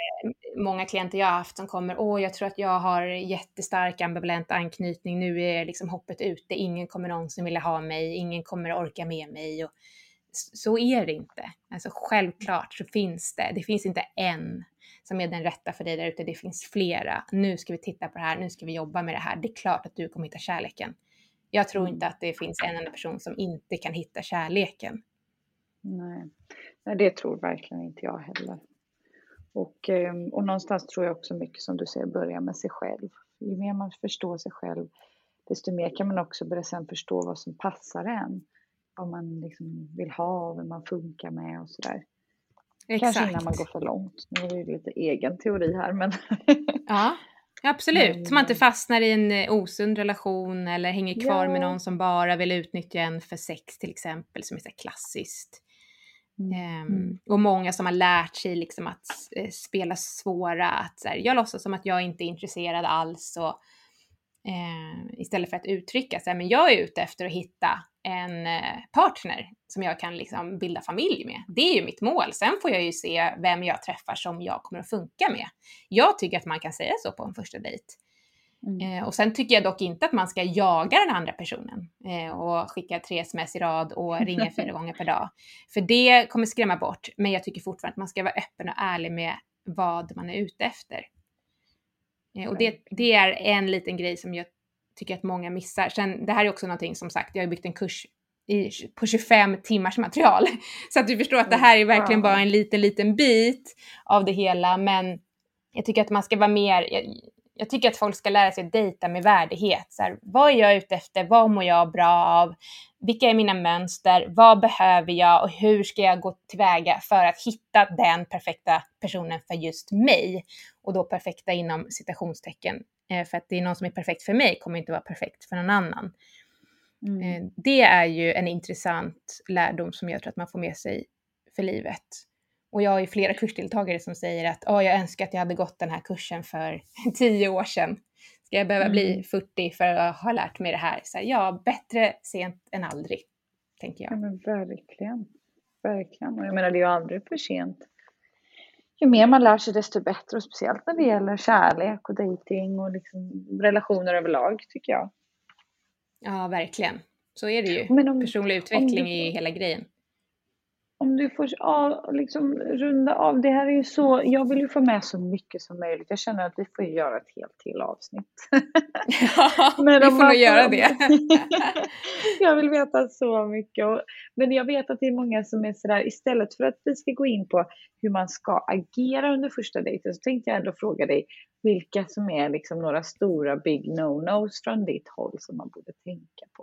många klienter jag har haft som kommer, åh jag tror att jag har jättestark ambivalent anknytning, nu är liksom hoppet ute, ingen kommer någonsin vilja ha mig, ingen kommer orka med mig. Och så är det inte. Alltså självklart så finns det, det finns inte en som är den rätta för dig där ute, det finns flera. Nu ska vi titta på det här, nu ska vi jobba med det här. Det är klart att du kommer hitta kärleken. Jag tror inte att det finns en enda person som inte kan hitta kärleken. Nej, Nej det tror verkligen inte jag heller. Och, och någonstans tror jag också mycket som du säger, börja med sig själv. Ju mer man förstår sig själv, desto mer kan man också börja sen förstå vad som passar en. Vad man liksom vill ha, vad man funkar med och sådär. Exakt. Kanske innan man går för långt. Nu är det lite egen teori här. Men ja, absolut. Men, man inte fastnar i en osund relation eller hänger kvar ja. med någon som bara vill utnyttja en för sex till exempel, som är så klassiskt. Mm. Um, och många som har lärt sig liksom att uh, spela svåra, att så här, jag låtsas som att jag inte är intresserad alls, och uh, istället för att uttrycka så här, men jag är ute efter att hitta en uh, partner som jag kan liksom bilda familj med. Det är ju mitt mål. Sen får jag ju se vem jag träffar som jag kommer att funka med. Jag tycker att man kan säga så på en första dejt. Mm. Eh, och sen tycker jag dock inte att man ska jaga den andra personen eh, och skicka tre sms i rad och ringa fyra gånger per dag. För det kommer skrämma bort. Men jag tycker fortfarande att man ska vara öppen och ärlig med vad man är ute efter. Eh, och det, det är en liten grej som jag tycker att många missar. Sen, det här är också någonting, som sagt, jag har byggt en kurs i, på tjugofem timmars material. Så att du förstår att det här är verkligen bara en liten, liten bit av det hela. Men jag tycker att man ska vara mer... Jag, Jag tycker att folk ska lära sig att dejta med värdighet. Så här, vad är jag ute efter? Vad mår jag bra av? Vilka är mina mönster? Vad behöver jag? Och hur ska jag gå tillväga för att hitta den perfekta personen för just mig? Och då perfekta inom citationstecken. För att det är någon som är perfekt för mig kommer inte vara perfekt för någon annan. Mm. Det är ju en intressant lärdom som jag tror att man får med sig för livet. Och jag har ju flera kursdeltagare som säger att oh, jag önskar att jag hade gått den här kursen för tio år sedan. Ska jag behöva mm. bli fyrtio för att ha lärt mig det här? Så här, ja, bättre sent än aldrig, tänker jag. Ja, men verkligen. Verkligen. Och jag menar, det är ju aldrig för sent. Ju mer man lär sig, desto bättre. Och speciellt när det gäller kärlek och dejting och liksom relationer överlag, tycker jag. Ja, verkligen. Så är det ju. Men om, personlig utveckling du... är hela grejen. Om du får ja, liksom runda av, det här är ju så, jag vill ju få med så mycket som möjligt. Jag känner att vi får göra ett helt till avsnitt. Ja, men vi får nog göra det. Jag vill veta så mycket. Och, men jag vet att det är många som är sådär, istället för att vi ska gå in på hur man ska agera under första dejten, så tänkte jag ändå fråga dig vilka som är liksom några stora big no-nos från ditt håll som man borde tänka på.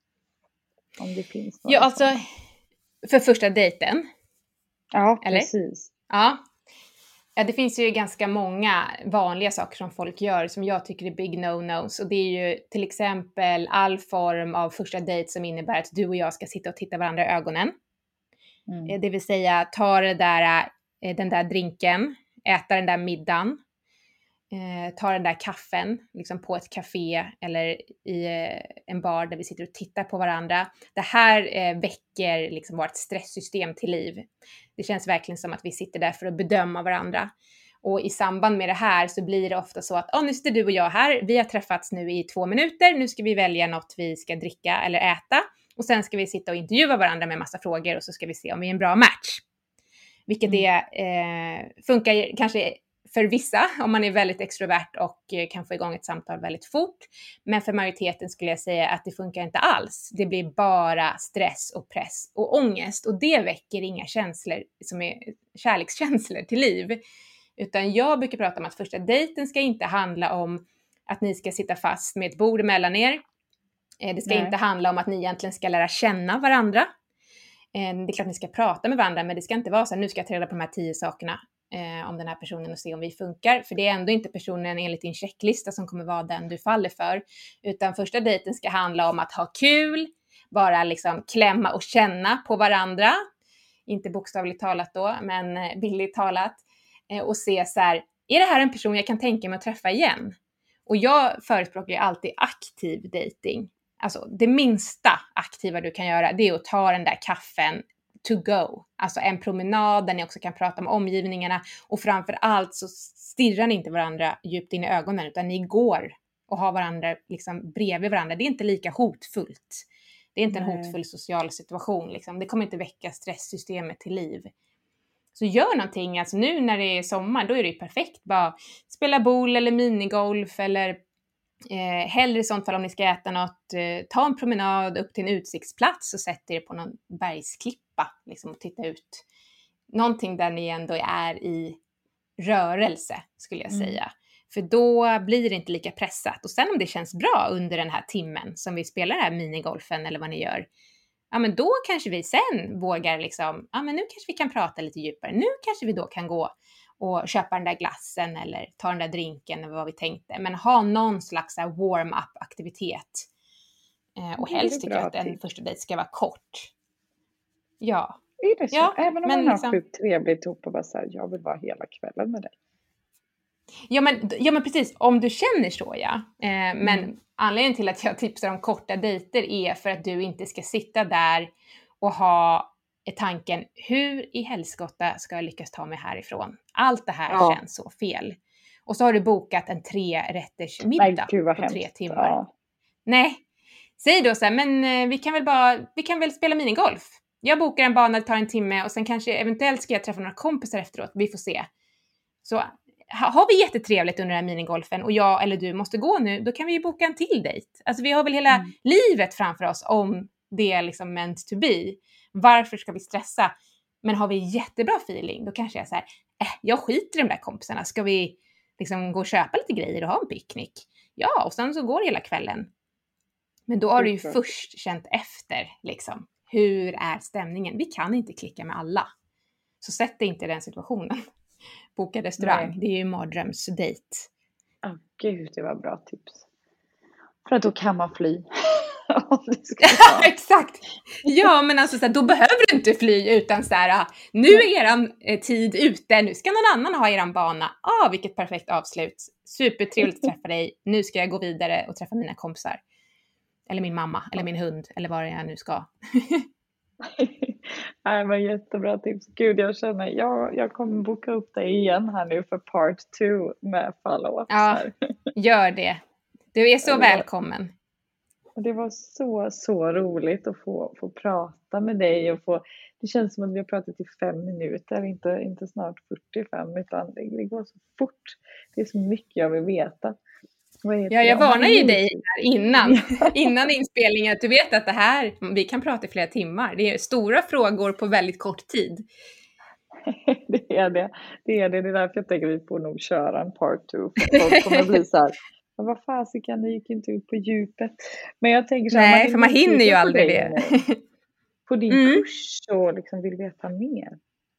Om det finns några. Ja, alltså... För första dejten? Ja, eller? Precis. Ja. Ja, det finns ju ganska många vanliga saker som folk gör som jag tycker är big no-nos. Och det är ju till exempel all form av första dejt som innebär att du och jag ska sitta och titta varandra i ögonen. Mm. Det vill säga ta det där, den där drinken, äta den där middagen. Eh, ta den där kaffen liksom på ett café eller i eh, en bar där vi sitter och tittar på varandra. Det här eh, väcker liksom vårt stresssystem till liv. Det känns verkligen som att vi sitter där för att bedöma varandra. Och i samband med det här så blir det ofta så att oh, nu sitter du och jag här. Vi har träffats nu i två minuter. Nu ska vi välja något vi ska dricka eller äta. Och sen ska vi sitta och intervjua varandra med massa frågor. Och så ska vi se om vi är en bra match. Vilket mm. det eh, funkar kanske för vissa, om man är väldigt extrovert och kan få igång ett samtal väldigt fort. Men för majoriteten skulle jag säga att det funkar inte alls. Det blir bara stress och press och ångest. Och det väcker inga känslor som är kärlekskänslor till liv. Utan jag brukar prata om att första dejten ska inte handla om att ni ska sitta fast med ett bord mellan er. Det ska Nej. inte handla om att ni egentligen ska lära känna varandra. Det är klart att ni ska prata med varandra, men det ska inte vara så här, nu ska jag ta reda på de här tio sakerna. Eh, om den här personen och se om vi funkar. För det är ändå inte personen enligt din checklista som kommer vara den du faller för. Utan första dejten ska handla om att ha kul, bara liksom klämma och känna på varandra. Inte bokstavligt talat då, men eh, bildligt talat. Eh, och se så här, är det här en person jag kan tänka mig att träffa igen? Och jag förespråkar ju alltid aktiv dating. Alltså det minsta aktiva du kan göra, det är att ta den där kaffen to go. Alltså en promenad där ni också kan prata om omgivningarna. Och framför allt så stirrar ni inte varandra djupt in i ögonen, utan ni går och har varandra liksom bredvid varandra. Det är inte lika hotfullt. Det är inte Nej. en hotfull social situation. Liksom. Det kommer inte väcka stresssystemet till liv. Så gör någonting. Alltså nu när det är sommar, då är det ju perfekt. Bara spela boll eller minigolf eller eh, hellre i sånt fall om ni ska äta något. Eh, ta en promenad upp till en utsiktsplats och sätt er på någon bergsklippa liksom, och titta ut. Någonting där ni ändå är i rörelse skulle jag säga. Mm. För då blir det inte lika pressat. Och sen om det känns bra under den här timmen som vi spelar den här minigolfen eller vad ni gör. Ja men då kanske vi sen vågar liksom, ja men nu kanske vi kan prata lite djupare. Nu kanske vi då kan gå och köpa den där glassen eller ta den där drinken eller vad vi tänkte. Men ha någon slags warm-up aktivitet. Eh, och helst tycker jag att en första dejt ska vara kort. Ja. Är det så? Ja, även om men man har liksom, sjukt trevligt ihop och bara så här, jag vill vara hela kvällen med dig. Ja men, ja men precis, om du känner så ja. Eh, men mm. anledningen till att jag tipsar om korta dejter är för att du inte ska sitta där och ha tanken, hur i helskotta ska jag lyckas ta mig härifrån? Allt det här ja. känns så fel. Och så har du bokat en tre rätters middag Nej, på tre hemskt. timmar. Ja. Nej, säg då så här, men eh, vi kan väl bara, vi kan väl spela minigolf. Jag bokar en bana, det tar en timme och sen kanske eventuellt ska jag träffa några kompisar efteråt. Vi får se. Så har vi jättetrevligt under den här minigolfen och jag eller du måste gå nu, då kan vi ju boka en till dejt. Alltså vi har väl hela mm. livet framför oss om det är liksom meant to be. Varför ska vi stressa? Men har vi jättebra feeling, då kanske jag är så här, äh, jag skiter i de där kompisarna. Ska vi liksom gå och köpa lite grejer och ha en picknick? Ja, och sen så går hela kvällen. Men då har du ju mm. först känt efter liksom. Hur är stämningen? Vi kan inte klicka med alla. Så sätt dig inte i den situationen. Boka restaurang. Nej. Det är ju mardrömsdejt. Åh oh, gud, det var bra tips. För att då kan man fly. Exakt. Ja, men alltså så här, då behöver du inte fly utan så här, nu är eran eh, tid ute. Nu ska någon annan ha eran bana. Ah, vilket perfekt avslut. Supertrevligt att träffa dig. Nu ska jag gå vidare och träffa mina kompisar. Eller min mamma, eller min hund, eller vad jag nu ska. Nej, men jättebra tips. Gud, jag känner, jag, jag kommer boka upp dig igen här nu för part two med follow-ups. Ja, gör det. Du är så det välkommen. Var, det var så, så roligt att få, få prata med dig. Och få, det känns som att vi har pratat i fem minuter, inte, inte snart fyrtiofem, utan det, det går så fort. Det är så mycket jag vill veta. Ja, jag varnar ju dig här innan, innan inspelningen att du vet att det här, vi kan prata i flera timmar. Det är stora frågor på väldigt kort tid. Det är det. Det är det. Det är därför jag tänker att vi får nog köra en part two. Folk kommer bli så här, men vad fasiken, det gick inte ut på djupet. Men jag tänker så här, nej, man för man hinner ju aldrig det. På din mm. kurs och liksom vill veta mer.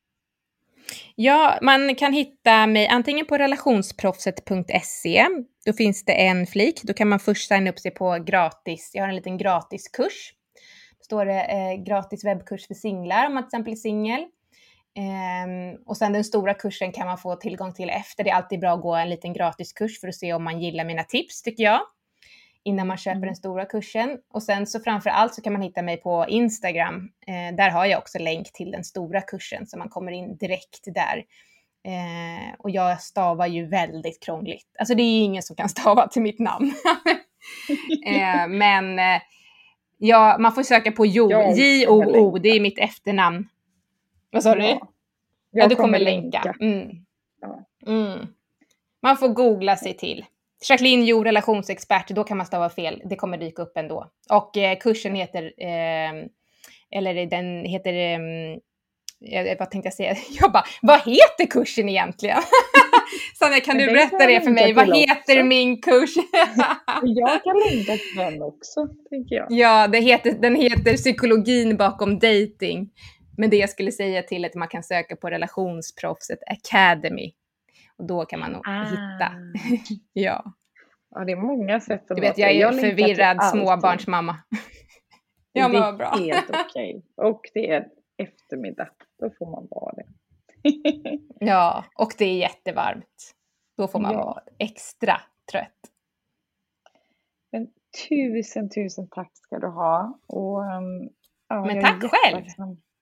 Ja, man kan hitta mig antingen på relationsproffset punkt se. Då finns det en flik. Då kan man först signa upp sig på gratis. Jag har en liten gratis kurs. Då står det eh, gratis webbkurs för singlar om man till exempel är singel. Eh, och sen den stora kursen kan man få tillgång till efter. Det är alltid bra att gå en liten gratis kurs för att se om man gillar mina tips tycker jag. Innan man köper den stora kursen. Och sen så framför allt så kan man hitta mig på Instagram. Eh, där har jag också länk till den stora kursen. Så man kommer in direkt där. Eh, och jag stavar ju väldigt krångligt. Alltså det är ingen som kan stava till mitt namn. eh, men eh, ja, man får söka på Jo. J O O. Det är mitt efternamn. Vad sa du? Ja, ja du kommer länka. Mm. Ja. Mm. Man får googla sig till. Jacqueline Jo, relationsexpert, då kan man stava fel. Det kommer dyka upp ändå. Och eh, kursen heter, eh, eller den heter, eh, vad tänkte jag säga? Jag bara, vad heter kursen egentligen? Sanna, kan du berätta det för mig? Vad heter också min kurs? Jag kan länka till den också, tänker jag. Ja, det heter, den heter Psykologin bakom dating. Men det jag skulle säga till att man kan söka på Relationsproffset Academy. Och då kan man nog ah. hitta. Ja. Ja, det är många sätt att du vet, jag är jag förvirrad småbarnsmamma. Ja, men vad bra. Det är helt okej. Okay. Och det är eftermiddag. Då får man vara det. Ja, och det är jättevarmt. Då får man ja. vara extra trött. Men tusen, tusen tack ska du ha. Och, um, ja, men tack själv.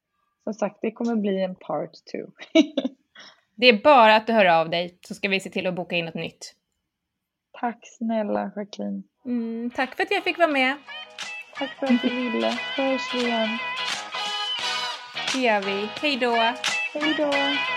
som sagt, det kommer bli en part two. Det är bara att du hör av dig så ska vi se till att boka in något nytt. Tack snälla Jacqueline. Mm, tack för att jag fick vara med. Tack för att du ville. Hörs vi igen. Det gör vi. Hej då. Hej då.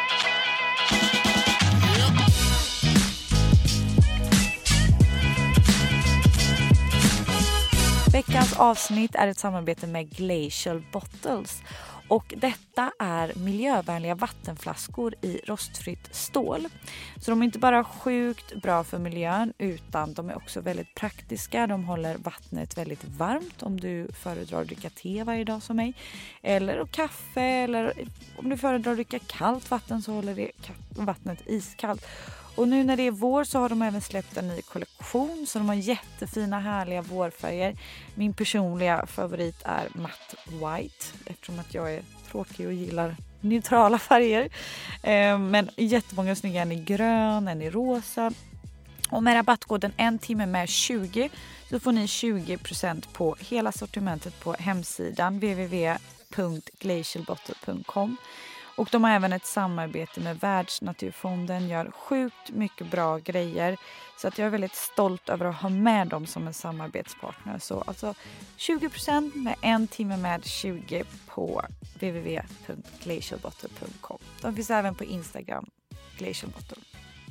Veckans avsnitt är ett samarbete med Glacial Bottles. Och detta är miljövänliga vattenflaskor i rostfritt stål. Så de är inte bara sjukt bra för miljön utan de är också väldigt praktiska. De håller vattnet väldigt varmt om du föredrar att dricka te varje dag som mig. Eller kaffe, eller om du föredrar att dricka kallt vatten så håller det vattnet iskallt. Och nu när det är vår så har de även släppt en ny kollektion så de har jättefina härliga vårfärger. Min personliga favorit är matte white eftersom att jag är tråkig och gillar neutrala färger. Eh, men jättemånga snygga, en i grön, en i rosa. Och med rabattkoden en timme med tjugo så får ni tjugo procent på hela sortimentet på hemsidan w w w punkt glacial bottle punkt com. Och de har även ett samarbete med Världsnaturfonden, gör sjukt mycket bra grejer. Så att jag är väldigt stolt över att ha med dem som en samarbetspartner. Så alltså tjugo procent med en timme med tjugo på w w w punkt glacial bottle punkt com. De finns även på Instagram, Glacial Bottle.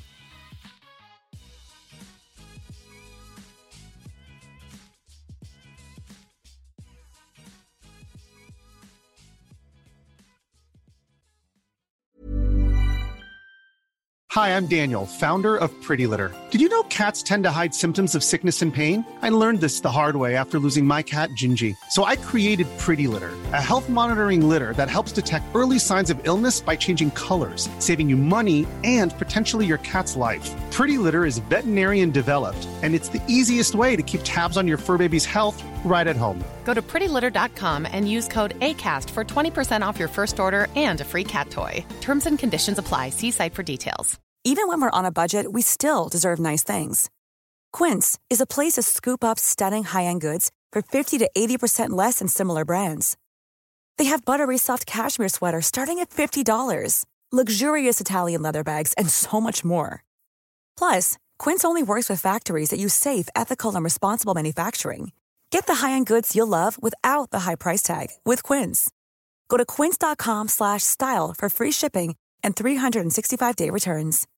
Hi, I'm Daniel, founder of Pretty Litter. Did you know cats tend to hide symptoms of sickness and pain? I learned this the hard way after losing my cat, Gingy. So I created Pretty Litter, a health monitoring litter that helps detect early signs of illness by changing colors, saving you money and potentially your cat's life. Pretty Litter is veterinarian developed, and it's the easiest way to keep tabs on your fur baby's health right at home. Go to pretty litter dot com and use code ACAST for twenty percent off your first order and a free cat toy. Terms and conditions apply. See site for details. Even when we're on a budget, we still deserve nice things. Quince is a place to scoop up stunning high-end goods for fifty to eighty percent less than similar brands. They have buttery soft cashmere sweaters starting at fifty dollars, luxurious Italian leather bags, and so much more. Plus, Quince only works with factories that use safe, ethical, and responsible manufacturing. Get the high-end goods you'll love without the high price tag with Quince. Go to quince dot com slash style for free shipping and three sixty-five day returns.